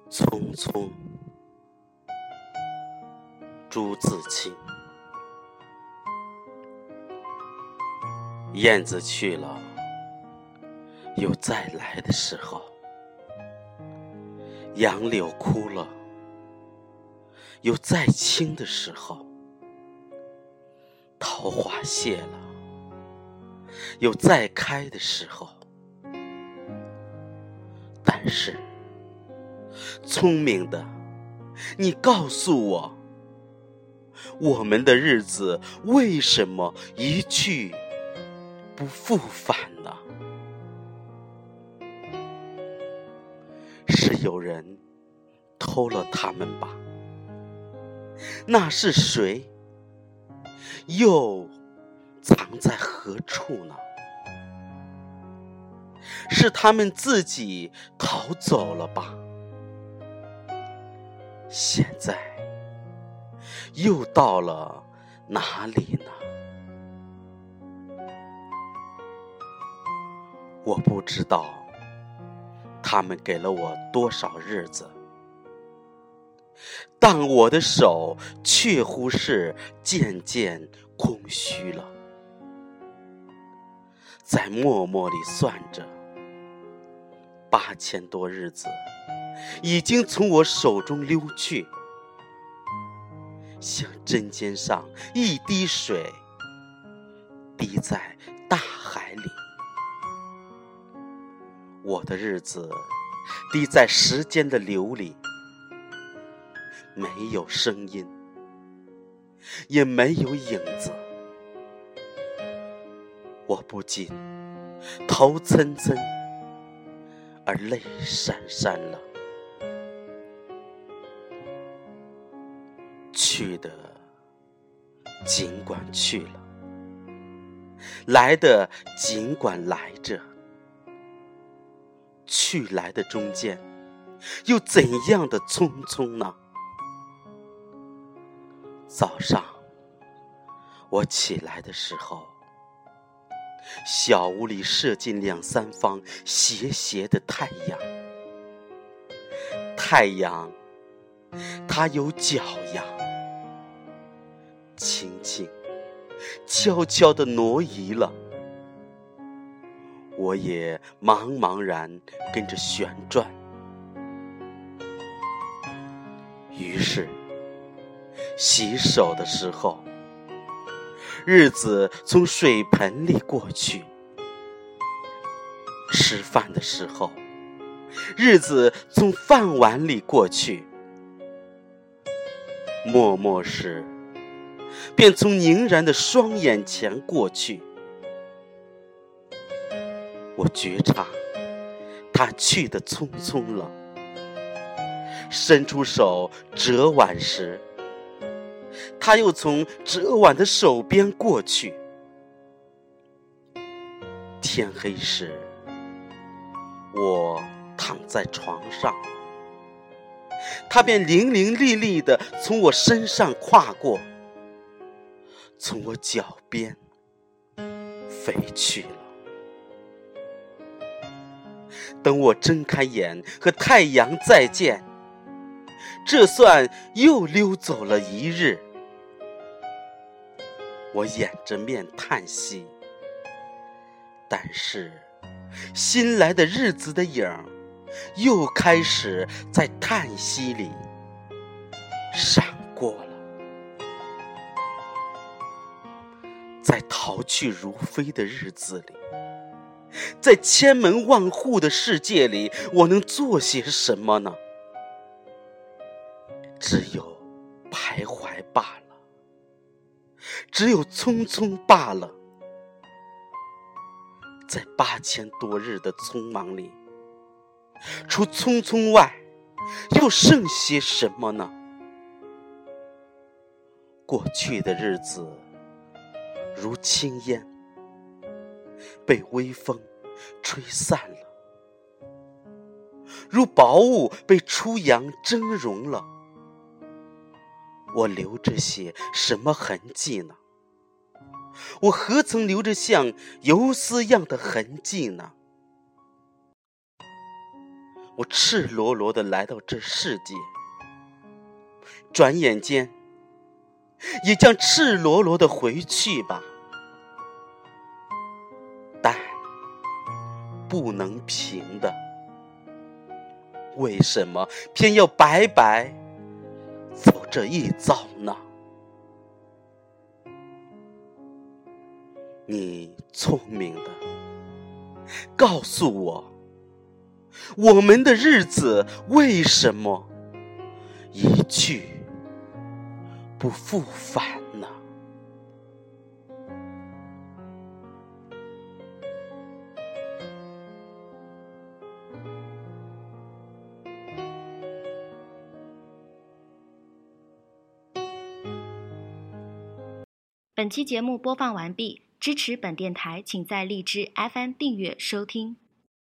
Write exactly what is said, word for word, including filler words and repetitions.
匆匆，朱自清。燕子去了，有再来的时候；杨柳枯了，有再青的时候；桃花谢了，有再开的时候。但是聪明的你告诉我，我们的日子为什么一去不复返呢？是有人偷了他们吧？那是谁？又藏在何处呢？是他们自己逃走了吧？现在又到了哪里呢？我不知道他们给了我多少日子，但我的手确乎是渐渐空虚了。在默默里算着，八千多日子已经从我手中溜去，像针尖上一滴水，滴在大海里。我的日子滴在时间的流里，没有声音，也没有影子。我不禁头涔涔而泪潸潸了。去的尽管去了，来的尽管来着，去来的中间又怎样的匆匆呢？早上我起来的时候，小屋里射进两三方斜斜的太阳。太阳它有脚呀，轻轻悄悄地挪移了，我也茫茫然跟着旋转。于是洗手的时候，日子从水盆里过去；吃饭的时候，日子从饭碗里过去；默默时，便从凝然的双眼前过去。我觉察他去得匆匆了，伸出手折碗时，他又从折碗的手边过去。天黑时，我躺在床上，他便伶伶俐俐地从我身上跨过，从我脚边飞去了。等我睁开眼和太阳再见，这算又溜走了一日。我掩着面叹息，但是新来的日子的影儿又开始在叹息里闪过了。在逃去如飞的日子里，在千门万户的世界里，我能做些什么呢？只有徘徊罢了，只有匆匆罢了。在八千多日的匆忙里，除匆匆外，又剩些什么呢？过去的日子如轻烟，被微风吹散了；如薄雾被初阳蒸融了。我留着些什么痕迹呢？我何曾留着像游丝样的痕迹呢？ 我赤裸裸地来到这世界，转眼间也将赤裸裸地回去吧。但不能平的，为什么偏要白白走这一遭呢？你聪明的告诉我，我们的日子为什么一去不复返呢？ 本期节目播放完毕，支持本电台，请在荔枝 F M 订阅收听。